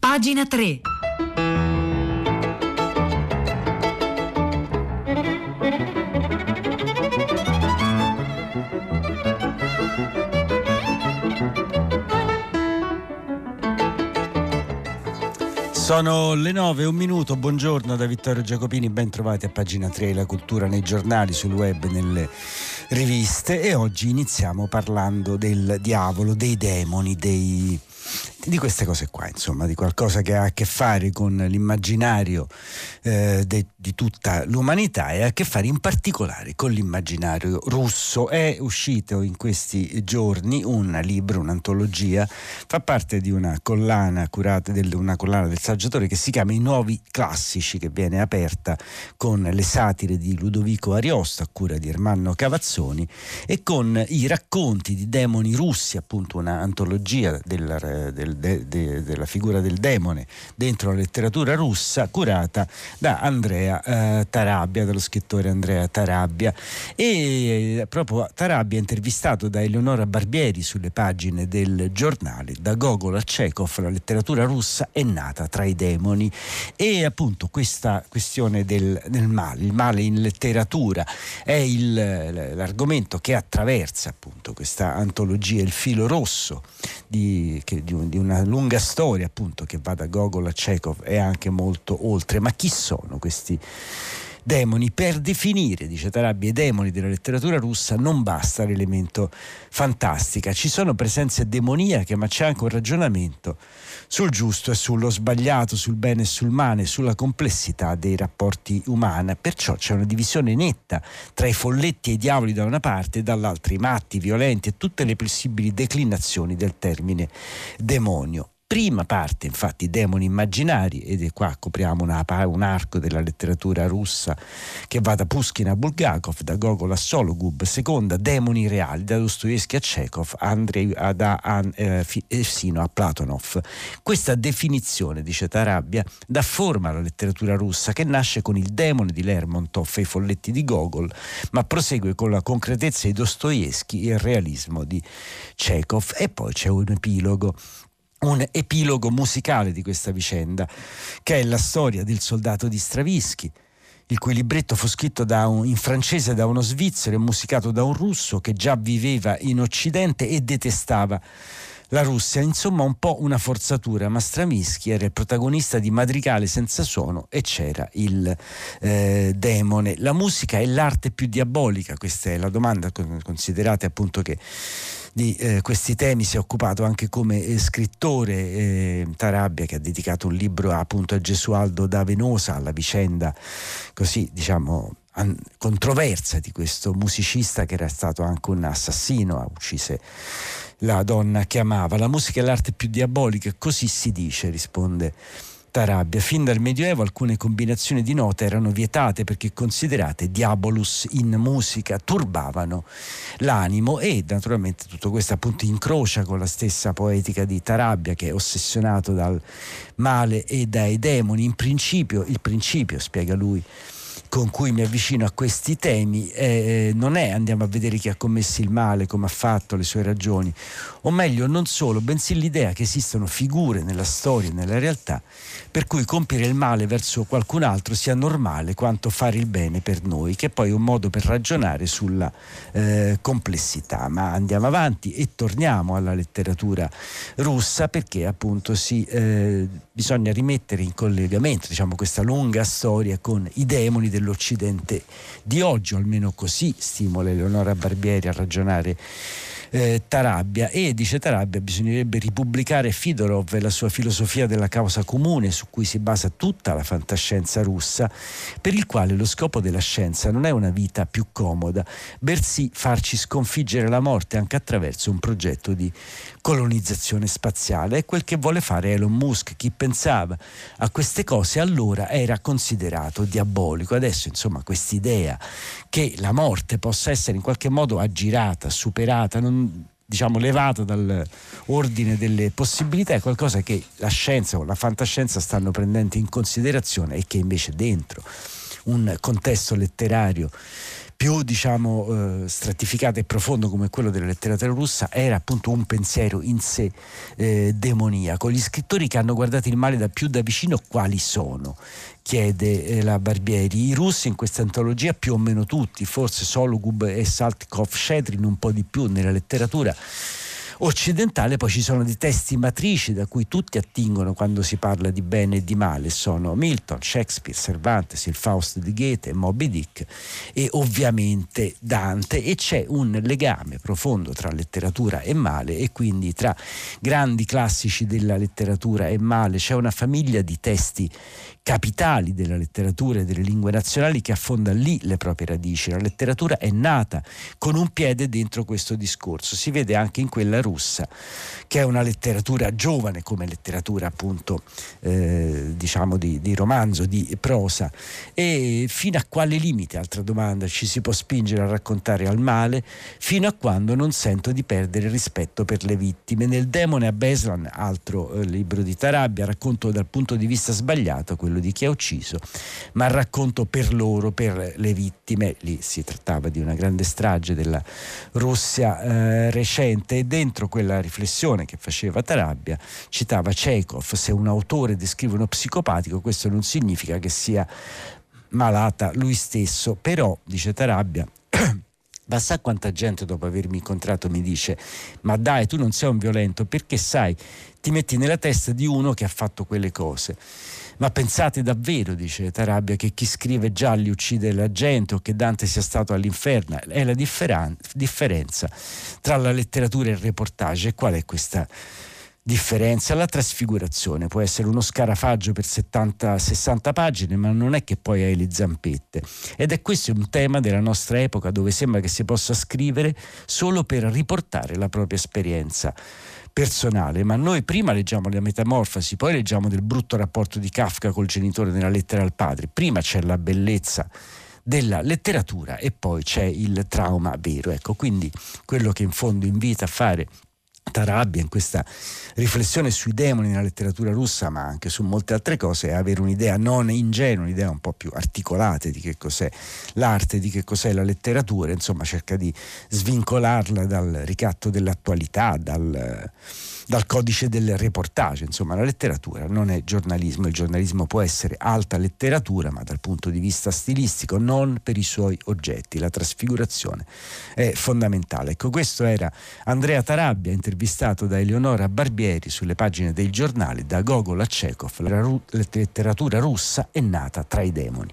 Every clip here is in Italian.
Pagina 3. Sono le 9:01. Buongiorno da Vittorio Giacopini, ben trovati a Pagina 3, la cultura nei giornali, sul web, nelle riviste. E oggi iniziamo parlando del diavolo, dei demoni, di queste cose qua, insomma, di qualcosa che ha a che fare con l'immaginario di tutta l'umanità e ha a che fare in particolare con l'immaginario russo. È uscito in questi giorni un libro, un'antologia, fa parte di una collana curata una collana del saggiatore che si chiama I Nuovi Classici, che viene aperta con le satire di Ludovico Ariosto a cura di Ermanno Cavazzoni e con i racconti di demoni russi, appunto un'antologia della figura del demone dentro la letteratura russa, curata da Andrea Tarabia, dallo scrittore Andrea Tarabia. E proprio Tarabia è intervistato da Eleonora Barbieri sulle pagine del giornale. Da Gogol a Chekhov la letteratura russa è nata tra i demoni, e appunto questa questione del male, il male in letteratura è l'argomento che attraversa appunto questa antologia, il filo rosso di una lunga storia appunto che va da Gogol a Chekhov e anche molto oltre. Ma chi sono questi demoni? Per definire, dice Tarabia, i demoni della letteratura russa non basta l'elemento fantastica, ci sono presenze demoniache, ma c'è anche un ragionamento sul giusto e sullo sbagliato, sul bene e sul male, sulla complessità dei rapporti umani. Perciò c'è una divisione netta tra i folletti e i diavoli da una parte e dall'altra i matti, violenti e tutte le possibili declinazioni del termine demonio. Prima parte infatti demoni immaginari, ed è qua copriamo un arco della letteratura russa che va da Pushkin a Bulgakov, da Gogol a Sologub. Seconda, demoni reali, da Dostoevskij a Chekhov, sino a Platonov. Questa definizione, dice Tarabia, dà forma alla letteratura russa, che nasce con il demone di Lermontov e i folletti di Gogol, ma prosegue con la concretezza di Dostoevskij e il realismo di Chekhov. E poi c'è un epilogo musicale di questa vicenda, che è la storia del soldato di Stravinsky, il cui libretto fu scritto in francese da uno svizzero e musicato da un russo che già viveva in Occidente e detestava la Russia. Insomma, un po' una forzatura, ma Stravinsky era il protagonista di Madrigale senza suono e c'era il demone. La musica è l'arte più diabolica? Questa è la domanda. Considerate appunto che di questi temi si è occupato anche come scrittore Tarabia, che ha dedicato un libro appunto a Gesualdo da Venosa, alla vicenda così diciamo controversa di questo musicista che era stato anche un assassino, uccise la donna che amava. La musica è l'arte più diabolica, così si dice, risponde Tarabia. Fin dal Medioevo alcune combinazioni di note erano vietate perché considerate diabolus in musica, turbavano l'animo, e naturalmente tutto questo appunto incrocia con la stessa poetica di Tarabia, che è ossessionato dal male e dai demoni. Il principio, spiega lui, con cui mi avvicino a questi temi non è andiamo a vedere chi ha commesso il male, come ha fatto, le sue ragioni, o meglio non solo, bensì l'idea che esistono figure nella storia e nella realtà per cui compiere il male verso qualcun altro sia normale quanto fare il bene per noi, che poi è un modo per ragionare sulla complessità. Ma andiamo avanti e torniamo alla letteratura russa, perché appunto bisogna rimettere in collegamento diciamo questa lunga storia con i demoni dell'Occidente di oggi, o almeno così stimola Eleonora Barbieri a ragionare Tarabia. E dice Tarabia, bisognerebbe ripubblicare Fedorov e la sua filosofia della causa comune, su cui si basa tutta la fantascienza russa, per il quale lo scopo della scienza non è una vita più comoda, bensì farci sconfiggere la morte anche attraverso un progetto di colonizzazione spaziale. È quel che vuole fare Elon Musk. Chi pensava a queste cose allora era considerato diabolico. Adesso insomma quest'idea che la morte possa essere in qualche modo aggirata, superata, levata dall'ordine delle possibilità, è qualcosa che la scienza o la fantascienza stanno prendendo in considerazione, e che invece dentro un contesto letterario più stratificato e profondo come quello della letteratura russa era appunto un pensiero in sé demoniaco. Gli scrittori che hanno guardato il male da più da vicino quali sono? Chiede la Barbieri. I russi in questa antologia più o meno tutti, forse Sologub e Saltykov-Shetrin un po' di più. Nella letteratura occidentale poi ci sono dei testi matrici da cui tutti attingono quando si parla di bene e di male, sono Milton, Shakespeare, Cervantes, il Faust di Goethe, Moby Dick e ovviamente Dante, e c'è un legame profondo tra letteratura e male, e quindi tra grandi classici della letteratura e male c'è una famiglia di testi capitali della letteratura e delle lingue nazionali che affonda lì le proprie radici. La letteratura è nata con un piede dentro questo discorso, si vede anche in quella russa, che è una letteratura giovane come letteratura appunto di romanzo, di prosa. E fino a quale limite, altra domanda, ci si può spingere a raccontare al male? Fino a quando non sento di perdere il rispetto per le vittime. Nel Demone a Beslan, altro libro di Tarabia, racconto dal punto di vista sbagliato quello di chi ha ucciso, ma racconto per loro, per le vittime. Lì si trattava di una grande strage della Russia recente, e dentro quella riflessione che faceva Tarabia citava Chekhov: se un autore descrive uno psicopatico, questo non significa che sia malata lui stesso. Però, dice Tarabia, ma sa quanta gente dopo avermi incontrato mi dice: ma dai, tu non sei un violento, perché sai, ti metti nella testa di uno che ha fatto quelle cose. Ma pensate davvero, dice Tarabia, che chi scrive gialli uccide la gente, o che Dante sia stato all'inferno? È la differenza tra la letteratura e il reportage. E qual è questa differenza? La trasfigurazione può essere uno scarafaggio per 60 pagine, ma non è che poi hai le zampette. Ed è questo un tema della nostra epoca, dove sembra che si possa scrivere solo per riportare la propria esperienza personale. Ma noi prima leggiamo la Metamorfosi, poi leggiamo del brutto rapporto di Kafka col genitore nella lettera al padre. Prima c'è la bellezza della letteratura e poi c'è il trauma vero. Ecco, quindi quello che in fondo invita a fare Tarabia in questa riflessione sui demoni nella letteratura russa, ma anche su molte altre cose, è avere un'idea non ingenua, un'idea un po' più articolata di che cos'è l'arte, di che cos'è la letteratura. Insomma, cerca di svincolarla dal ricatto dell'attualità, dal codice del reportage. Insomma, la letteratura non è giornalismo. Il giornalismo può essere alta letteratura, ma dal punto di vista stilistico, non per i suoi oggetti. La trasfigurazione è fondamentale. Ecco, questo era Andrea Tarabia, intervistato da Eleonora Barbieri sulle pagine dei giornali. Da Gogol a Chekhov, la letteratura russa è nata tra i demoni.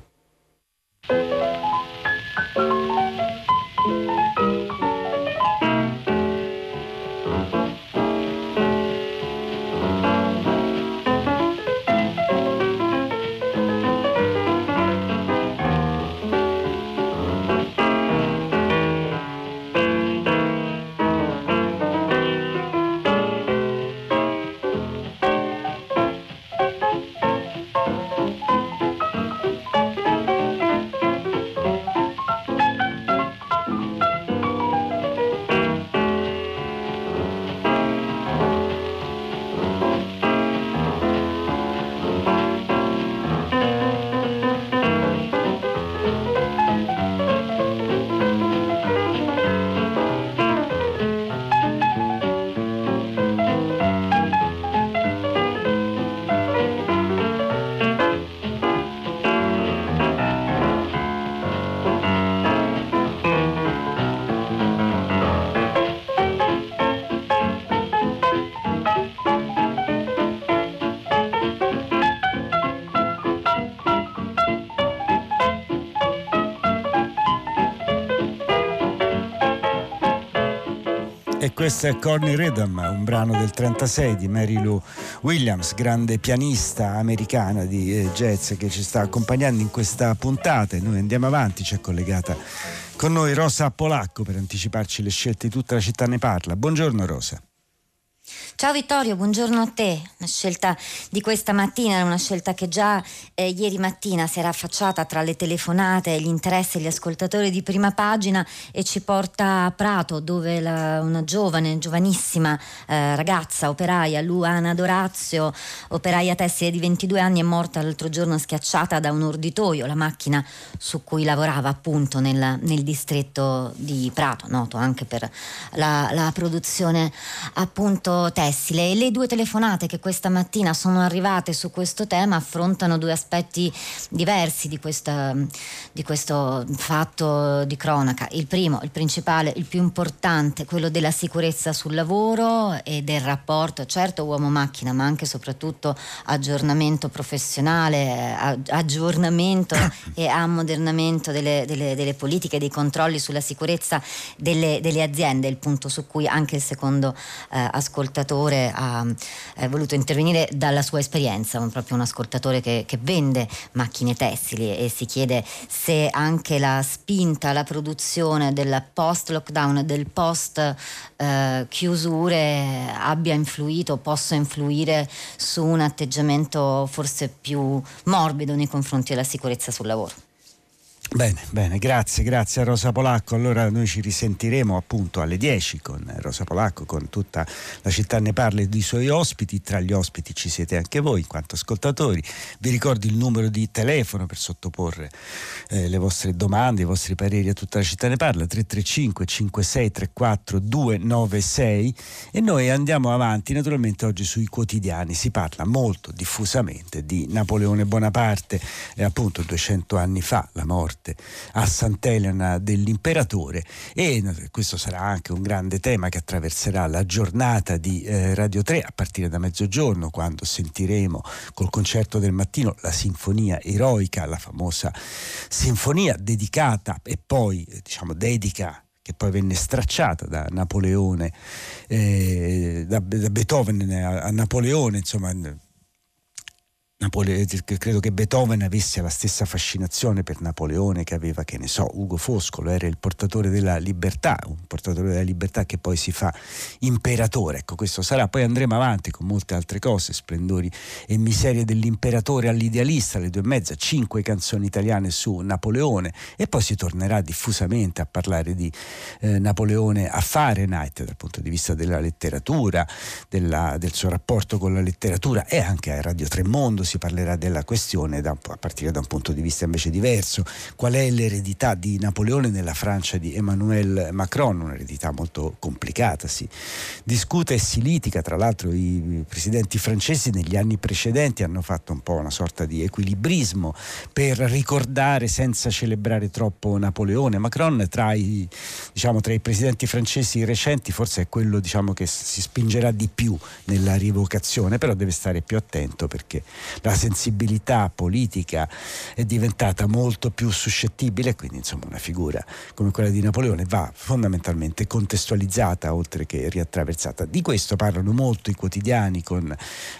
E questo è Corny Rhythm, un brano del 1936 di Mary Lou Williams, grande pianista americana di jazz che ci sta accompagnando in questa puntata. E noi andiamo avanti, c'è collegata con noi Rosa Polacco per anticiparci le scelte di Tutta la città ne parla. Buongiorno Rosa. Ciao Vittorio, buongiorno a te. Una scelta di questa mattina era una scelta che già ieri mattina si era affacciata tra le telefonate, gli interessi e gli ascoltatori di Prima Pagina, e ci porta a Prato, dove una giovanissima ragazza operaia, Luana Dorazio, operaia tessile di 22 anni, è morta l'altro giorno schiacciata da un orditoio, la macchina su cui lavorava appunto nel distretto di Prato, noto anche per la produzione appunto tessile. E le due telefonate che questa mattina sono arrivate su questo tema affrontano due aspetti diversi di questo fatto di cronaca. Il primo, il principale, il più importante, quello della sicurezza sul lavoro e del rapporto, certo uomo-macchina, ma anche e soprattutto aggiornamento professionale, aggiornamento e ammodernamento delle politiche, dei controlli sulla sicurezza delle aziende, il punto su cui anche il secondo ascoltatore ha voluto intervenire dalla sua esperienza, proprio un ascoltatore che vende macchine tessili, e si chiede se anche la spinta alla produzione del post lockdown, del post chiusure abbia influito, possa influire su un atteggiamento forse più morbido nei confronti della sicurezza sul lavoro. Bene, grazie a Rosa Polacco. Allora noi ci risentiremo appunto alle 10 con Rosa Polacco, con tutta la città ne parla e i suoi ospiti. Tra gli ospiti ci siete anche voi in quanto ascoltatori. Vi ricordo il numero di telefono per sottoporre le vostre domande, i vostri pareri a tutta la città ne parla: 335 5634 296. E noi andiamo avanti. Naturalmente oggi sui quotidiani si parla molto diffusamente di Napoleone Bonaparte, appunto 200 anni fa la morte a Sant'Elena dell'imperatore, e questo sarà anche un grande tema che attraverserà la giornata di Radio 3 a partire da mezzogiorno, quando sentiremo col concerto del mattino la sinfonia eroica, la famosa sinfonia dedicata e poi dedica che poi venne stracciata da Napoleone, da Beethoven a Napoleone, insomma. Credo che Beethoven avesse la stessa fascinazione per Napoleone che aveva, che ne so, Ugo Foscolo. Era il portatore della libertà, un portatore della libertà che poi si fa imperatore. Ecco, questo sarà. Poi andremo avanti con molte altre cose: splendori e miserie dell'imperatore all'idealista, alle 2:30, 5 canzoni italiane su Napoleone, e poi si tornerà diffusamente a parlare di Napoleone a Fahrenheit dal punto di vista della letteratura, del suo rapporto con la letteratura, e anche a Radio 3 Mondo si parlerà della questione a partire da un punto di vista invece diverso: qual è l'eredità di Napoleone nella Francia di Emmanuel Macron, un'eredità molto complicata. Si discute e si litiga, tra l'altro i presidenti francesi negli anni precedenti hanno fatto un po' una sorta di equilibrismo per ricordare senza celebrare troppo Napoleone. Macron tra i presidenti francesi recenti forse è quello che si spingerà di più nella rievocazione, però deve stare più attento perché la sensibilità politica è diventata molto più suscettibile, quindi una figura come quella di Napoleone va fondamentalmente contestualizzata oltre che riattraversata. Di questo parlano molto i quotidiani con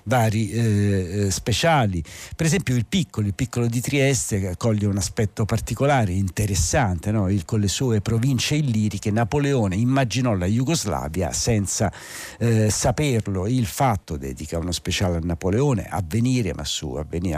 vari speciali. Per esempio il piccolo di Trieste coglie un aspetto particolare interessante, no? Con le sue province illiriche Napoleone immaginò la Jugoslavia senza saperlo. Il Fatto dedica uno speciale a Napoleone, Avvenire, ma su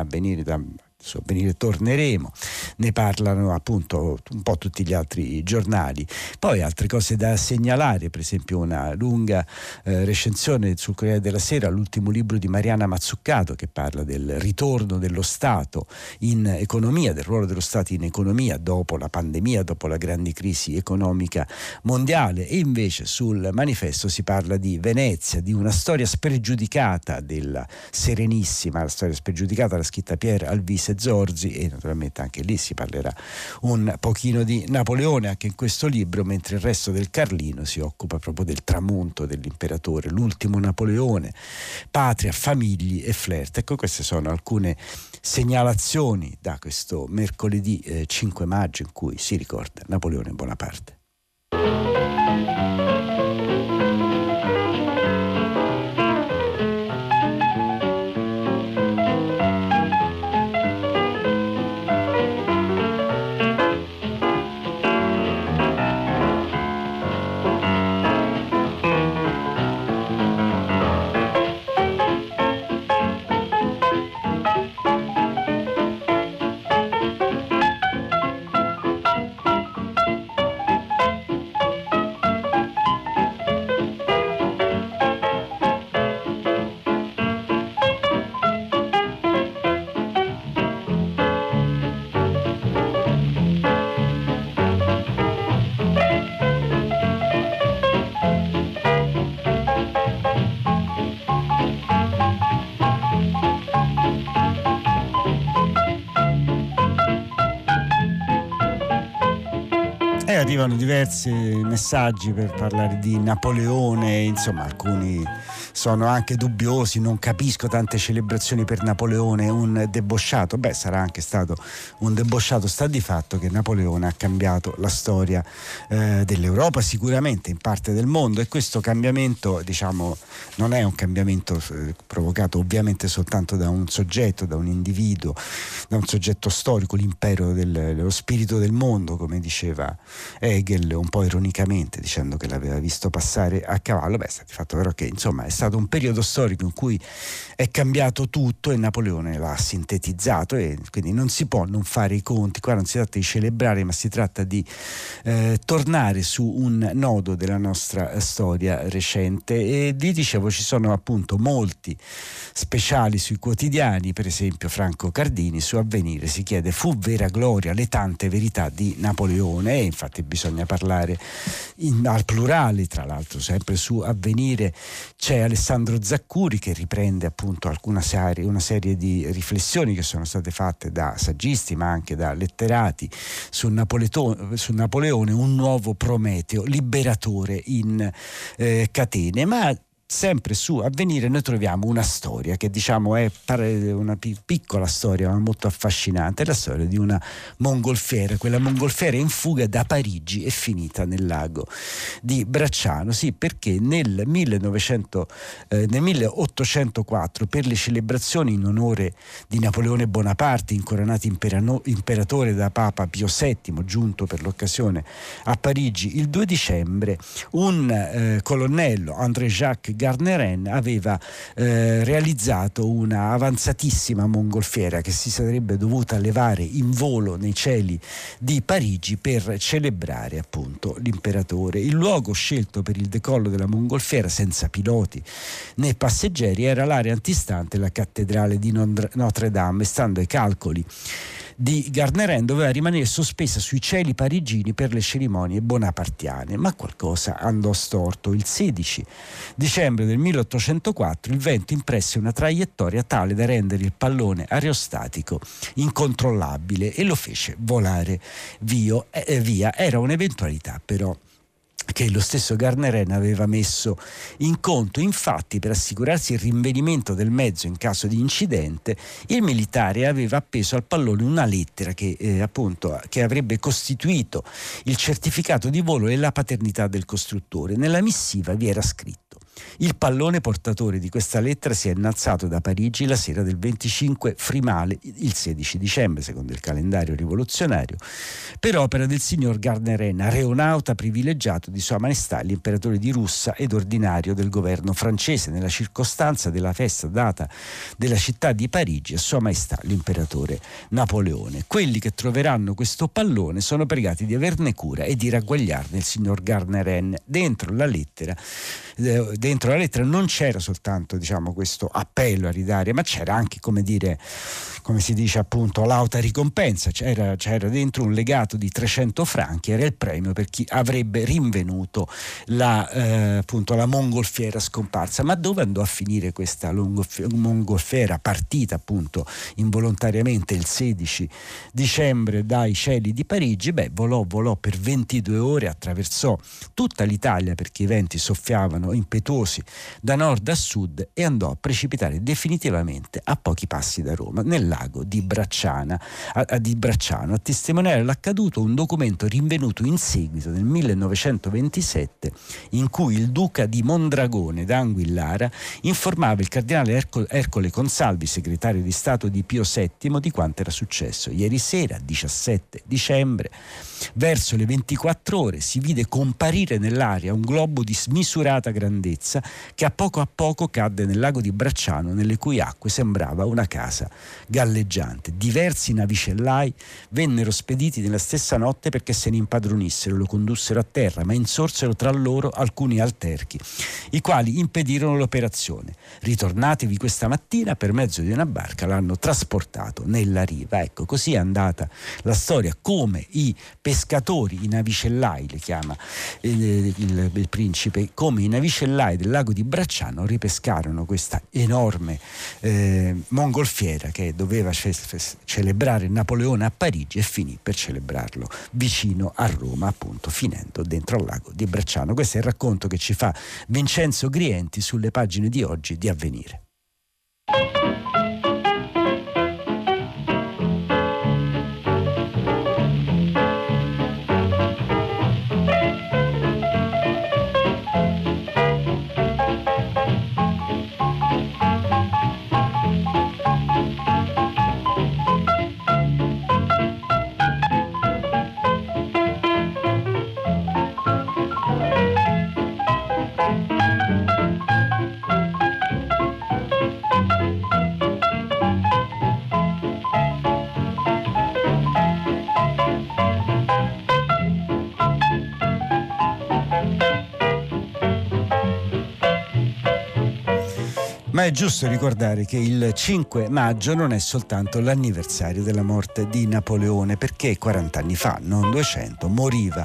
Avvenire torneremo, ne parlano appunto un po' tutti gli altri giornali. Poi altre cose da segnalare, per esempio una lunga recensione sul Corriere della Sera, l'ultimo libro di Mariana Mazzuccato, che parla del ritorno dello Stato in economia, del ruolo dello Stato in economia dopo la pandemia, dopo la grande crisi economica mondiale. E invece sul Manifesto si parla di Venezia, di una storia spregiudicata della Serenissima, la storia spregiudicata, l'ha scritta Pier Alvise Zorzi, e naturalmente anche lì si parlerà un pochino di Napoleone anche in questo libro, mentre il resto del Carlino si occupa proprio del tramonto dell'imperatore, l'ultimo Napoleone, patria, famigli e flirt. Ecco, queste sono alcune segnalazioni da questo mercoledì 5 maggio in cui si ricorda Napoleone Bonaparte. arrivano diversi messaggi per parlare di Napoleone, insomma alcuni sono anche dubbiosi, non capisco tante celebrazioni per Napoleone, un debosciato. Beh, sarà anche stato un debosciato, sta di fatto che Napoleone ha cambiato la storia dell'Europa, sicuramente in parte del mondo, e questo cambiamento, diciamo, non è un cambiamento provocato ovviamente soltanto da un soggetto, da un individuo, da un soggetto storico, l'impero dello spirito del mondo, come diceva Hegel un po' ironicamente, dicendo che l'aveva visto passare a cavallo. Beh, sta di fatto però che insomma è stato un periodo storico in cui è cambiato tutto e Napoleone l'ha sintetizzato, e quindi non si può non fare i conti. Qua non si tratta di celebrare, ma si tratta di tornare su un nodo della nostra storia recente. E vi dicevo, ci sono appunto molti speciali sui quotidiani, per esempio Franco Cardini su Avvenire si chiede: fu vera gloria le tante verità di Napoleone? E infatti bisogna parlare al plurale. Tra l'altro sempre su Avvenire c'è Alessandro Zaccuri che riprende appunto una serie di riflessioni che sono state fatte da saggisti ma anche da letterati su Napoleone, un nuovo Prometeo liberatore in catene. Ma sempre su Avvenire noi troviamo una storia che, diciamo, è una piccola storia ma molto affascinante, è la storia di una mongolfiera, quella mongolfiera in fuga da Parigi e finita nel lago di Bracciano. Sì, perché nel 1804, per le celebrazioni in onore di Napoleone Bonaparte, incoronato imperatore da Papa Pio VII, giunto per l'occasione a Parigi il 2 dicembre, un colonnello, André-Jacques Garnerin, aveva realizzato una avanzatissima mongolfiera che si sarebbe dovuta levare in volo nei cieli di Parigi per celebrare appunto l'imperatore. Il luogo scelto per il decollo della mongolfiera, senza piloti né passeggeri, era l'area antistante la cattedrale di Notre Dame, e stando ai calcoli di Garnerin doveva rimanere sospesa sui cieli parigini per le cerimonie bonapartiane. Ma qualcosa andò storto. Il 16 dicembre del 1804 il vento impresse una traiettoria tale da rendere il pallone aerostatico incontrollabile e lo fece volare via. Era un'eventualità però che lo stesso Garnerin aveva messo in conto. Infatti, per assicurarsi il rinvenimento del mezzo in caso di incidente, il militare aveva appeso al pallone una lettera che avrebbe costituito il certificato di volo e la paternità del costruttore. Nella missiva vi era scritto: il pallone portatore di questa lettera si è innalzato da Parigi la sera del 25 Frimale, il 16 dicembre, secondo il calendario rivoluzionario, per opera del signor Garnerin, aeronauta privilegiato di Sua Maestà l'imperatore di Russia ed ordinario del governo francese, nella circostanza della festa data della città di Parigi a Sua Maestà l'imperatore Napoleone. Quelli che troveranno questo pallone sono pregati di averne cura e di ragguagliarne il signor Garnerin. Dentro la lettera non c'era soltanto, diciamo, questo appello a ridare, ma c'era anche, come si dice appunto, l'auta ricompensa. C'era dentro un legato di 300 franchi, era il premio per chi avrebbe rinvenuto la mongolfiera scomparsa. Ma dove andò a finire questa mongolfiera partita appunto involontariamente il 16 dicembre dai cieli di Parigi? Volò per 22 ore, attraversò tutta l'Italia perché i venti soffiavano impetuosi da nord a sud e andò a precipitare definitivamente a pochi passi da Roma, nel lago di Bracciano. A testimoniare l'accaduto un documento rinvenuto in seguito nel 1927 in cui il duca di Mondragone d'Anguillara informava il cardinale Ercole Consalvi, segretario di Stato di Pio VII, di quanto era successo. Ieri sera, 17 dicembre, verso le 24 ore, si vide comparire nell'aria un globo di smisurata grandezza che a poco cadde nel lago di Bracciano, nelle cui acque sembrava una casa galleggiante. Diversi navicellai vennero spediti nella stessa notte perché se ne impadronissero, lo condussero a terra, ma insorsero tra loro alcuni alterchi, i quali impedirono l'operazione. Ritornatevi questa mattina, per mezzo di una barca l'hanno trasportato nella riva. Ecco, così è andata la storia, come i pescatori, i navicellai, le chiama il principe, come i navicellai del lago di Bracciano ripescarono questa enorme mongolfiera che doveva doveva celebrare Napoleone a Parigi e finì per celebrarlo vicino a Roma, appunto finendo dentro al lago di Bracciano. Questo è il racconto che ci fa Vincenzo Grienti sulle pagine di oggi di Avvenire. Ma è giusto ricordare che il 5 maggio non è soltanto l'anniversario della morte di Napoleone, perché 40 anni fa, non 200, moriva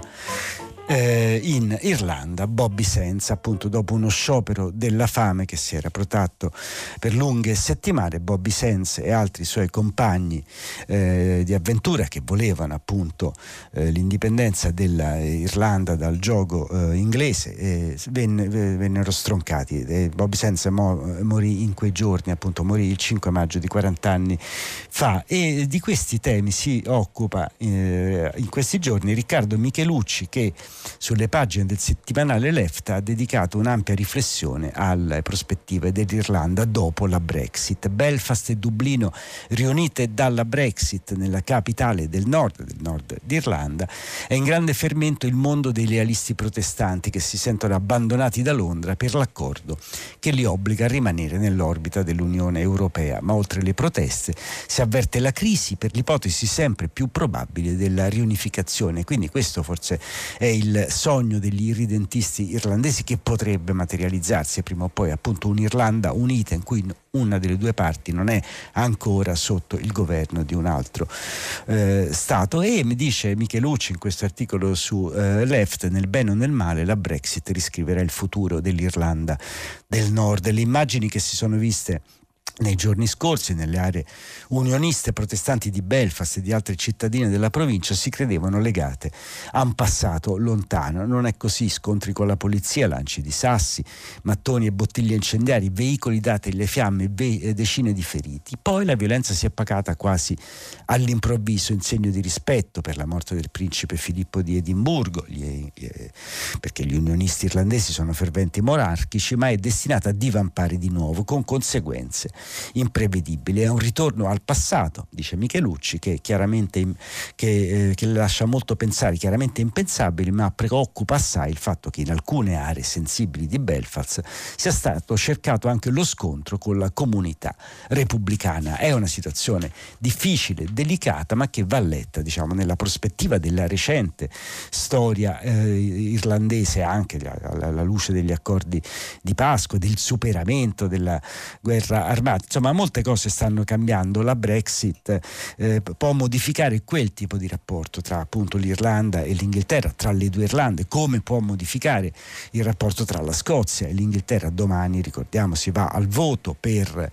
in Irlanda Bobby Sands, appunto dopo uno sciopero della fame che si era protratto per lunghe settimane. Bobby Sands e altri suoi compagni di avventura che volevano appunto l'indipendenza dell'Irlanda dal giogo inglese vennero stroncati. Bobby Sands morì in quei giorni, appunto morì il 5 maggio di 40 anni fa, e di questi temi si occupa in questi giorni Riccardo Michelucci, che sulle pagine del settimanale Left ha dedicato un'ampia riflessione alle prospettive dell'Irlanda dopo la Brexit. Belfast e Dublino riunite dalla Brexit nella capitale del nord d'Irlanda. È in grande fermento il mondo dei lealisti protestanti che si sentono abbandonati da Londra per l'accordo che li obbliga a rimanere nell'orbita dell'Unione Europea. Ma oltre le proteste si avverte la crisi per l'ipotesi sempre più probabile della riunificazione. Quindi questo forse è il sogno degli irredentisti irlandesi che potrebbe materializzarsi prima o poi, appunto un'Irlanda unita in cui una delle due parti non è ancora sotto il governo di un altro Stato. E mi dice Michelucci in questo articolo su Left, nel bene o nel male la Brexit riscriverà il futuro dell'Irlanda del Nord. Le immagini che si sono viste nei giorni scorsi nelle aree unioniste protestanti di Belfast e di altre cittadine della provincia si credevano legate a un passato lontano. Non è così: scontri con la polizia, lanci di sassi, mattoni e bottiglie incendiari, veicoli dati alle fiamme e decine di feriti. Poi la violenza si è pacata quasi all'improvviso in segno di rispetto per la morte del principe Filippo di Edimburgo, perché gli unionisti irlandesi sono ferventi monarchici, ma è destinata a divampare di nuovo con conseguenze imprevedibili. È un ritorno al passato, dice Michelucci, che chiaramente che lascia molto pensare, chiaramente impensabile, ma preoccupa assai il fatto che in alcune aree sensibili di Belfast sia stato cercato anche lo scontro con la comunità repubblicana. È una situazione difficile, delicata, ma che va letta, diciamo, nella prospettiva della recente storia irlandese, anche alla luce degli accordi di Pasqua, del superamento della guerra armata. Insomma, molte cose stanno cambiando. La Brexit può modificare quel tipo di rapporto tra appunto l'Irlanda e l'Inghilterra, tra le due Irlande, come può modificare il rapporto tra la Scozia e l'Inghilterra. Domani, ricordiamo, si va al voto per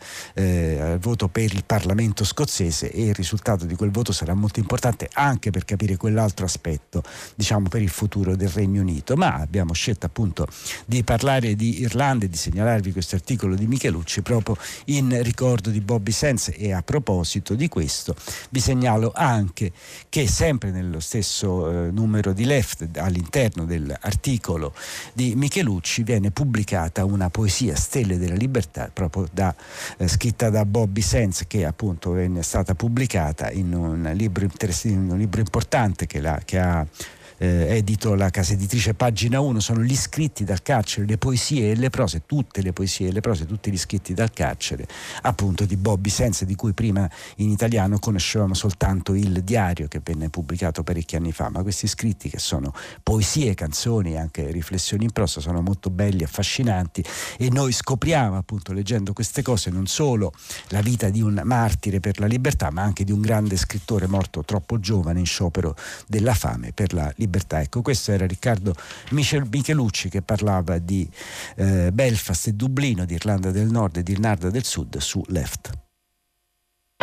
il Parlamento scozzese, e il risultato di quel voto sarà molto importante anche per capire quell'altro aspetto, diciamo, per il futuro del Regno Unito. Ma abbiamo scelto appunto di parlare di Irlanda e di segnalarvi questo articolo di Michelucci proprio in ricordo di Bobby Sands. E a proposito di questo vi segnalo anche che sempre nello stesso numero di Left, all'interno dell'articolo di Michelucci, viene pubblicata una poesia, Stelle della Libertà, proprio scritta da Bobby Sands, che appunto è stata pubblicata in un libro importante che ha edito la casa editrice Pagina 1. Sono gli scritti dal carcere, le poesie e le prose, tutte le poesie e le prose, tutti gli scritti dal carcere appunto di Bobby Sands, di cui prima in italiano conoscevamo soltanto il diario che venne pubblicato parecchi anni fa. Ma questi scritti, che sono poesie, canzoni e anche riflessioni in prosa, sono molto belli, affascinanti, e noi scopriamo appunto, leggendo queste cose, non solo la vita di un martire per la libertà, ma anche di un grande scrittore morto troppo giovane in sciopero della fame per la libertà. Ecco, questo era Riccardo Michelucci che parlava di Belfast e Dublino, di Irlanda del Nord e di Irlanda del Sud, su Left.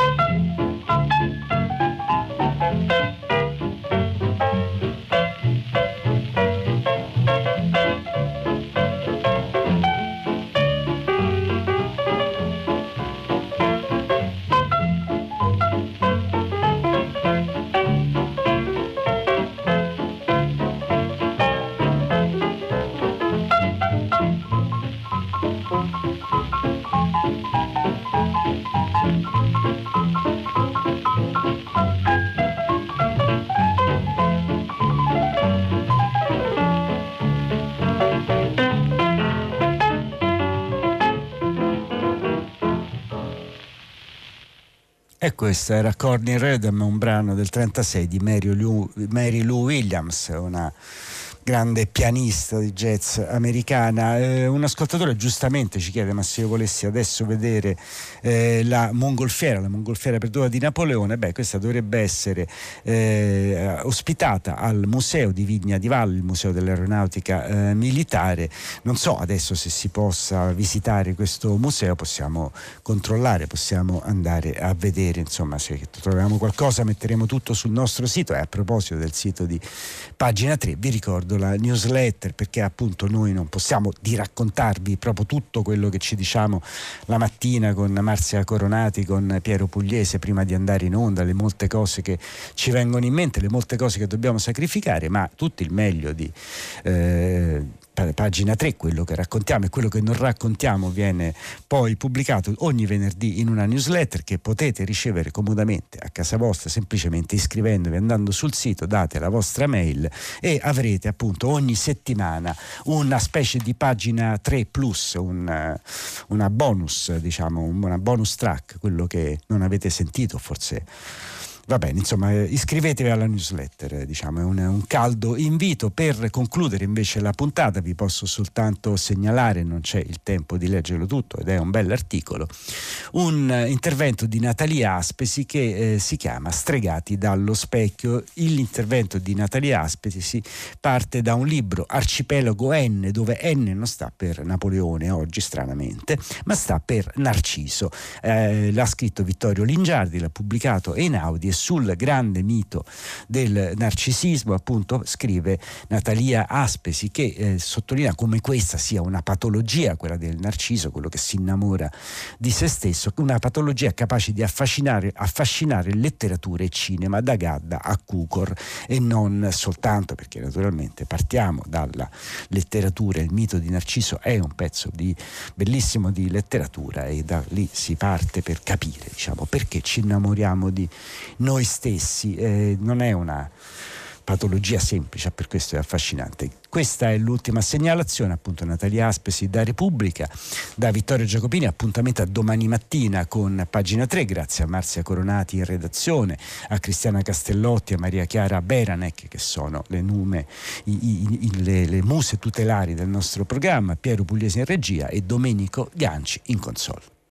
E questo era Courtney Rhythm, un brano del 1936 di Mary Lou Williams, una grande pianista di jazz americana. Un ascoltatore giustamente ci chiede: ma se io volessi adesso vedere la mongolfiera perduta di Napoleone, questa dovrebbe essere ospitata al Museo di Vigna di Valle, il Museo dell'Aeronautica Militare. Non so adesso se si possa visitare questo museo, possiamo controllare, possiamo andare a vedere, insomma, se troviamo qualcosa metteremo tutto sul nostro sito. E a proposito del sito di Pagina 3, vi ricordo la newsletter, perché appunto noi non possiamo di raccontarvi proprio tutto quello che ci diciamo la mattina con Marzia Coronati, con Piero Pugliese prima di andare in onda, le molte cose che ci vengono in mente, le molte cose che dobbiamo sacrificare, ma tutto il meglio di Pagina 3, quello che raccontiamo e quello che non raccontiamo, viene poi pubblicato ogni venerdì in una newsletter che potete ricevere comodamente a casa vostra, semplicemente iscrivendovi, andando sul sito, date la vostra mail e avrete appunto ogni settimana una specie di Pagina 3 plus, una bonus, diciamo, una bonus track, quello che non avete sentito forse. Va bene, insomma, iscrivetevi alla newsletter, diciamo, è un caldo invito. Per concludere invece la puntata vi posso soltanto segnalare, non c'è il tempo di leggerlo tutto ed è un bell'articolo, un intervento di Natalia Aspesi che si chiama Stregati dallo specchio. L'intervento di Natalia Aspesi parte da un libro, Arcipelago N, dove N non sta per Napoleone oggi stranamente, ma sta per Narciso. L'ha scritto Vittorio Lingiardi, l'ha pubblicato Einaudi, e sul grande mito del narcisismo appunto scrive Natalia Aspesi, che sottolinea come questa sia una patologia, quella del narciso, quello che si innamora di se stesso, una patologia capace di affascinare letteratura e cinema da Gadda a Cukor, e non soltanto, perché naturalmente partiamo dalla letteratura. Il mito di Narciso è un pezzo bellissimo di letteratura e da lì si parte per capire, diciamo, perché ci innamoriamo di noi stessi. Non è una patologia semplice, per questo è affascinante. Questa è l'ultima segnalazione, appunto, Natalia Aspesi da Repubblica. Da Vittorio Giacopini appuntamento a domani mattina con Pagina 3, grazie a Marzia Coronati in redazione, a Cristiana Castellotti e a Maria Chiara Beranec, che sono le muse tutelari del nostro programma, Piero Pugliese in regia e Domenico Ganci in console.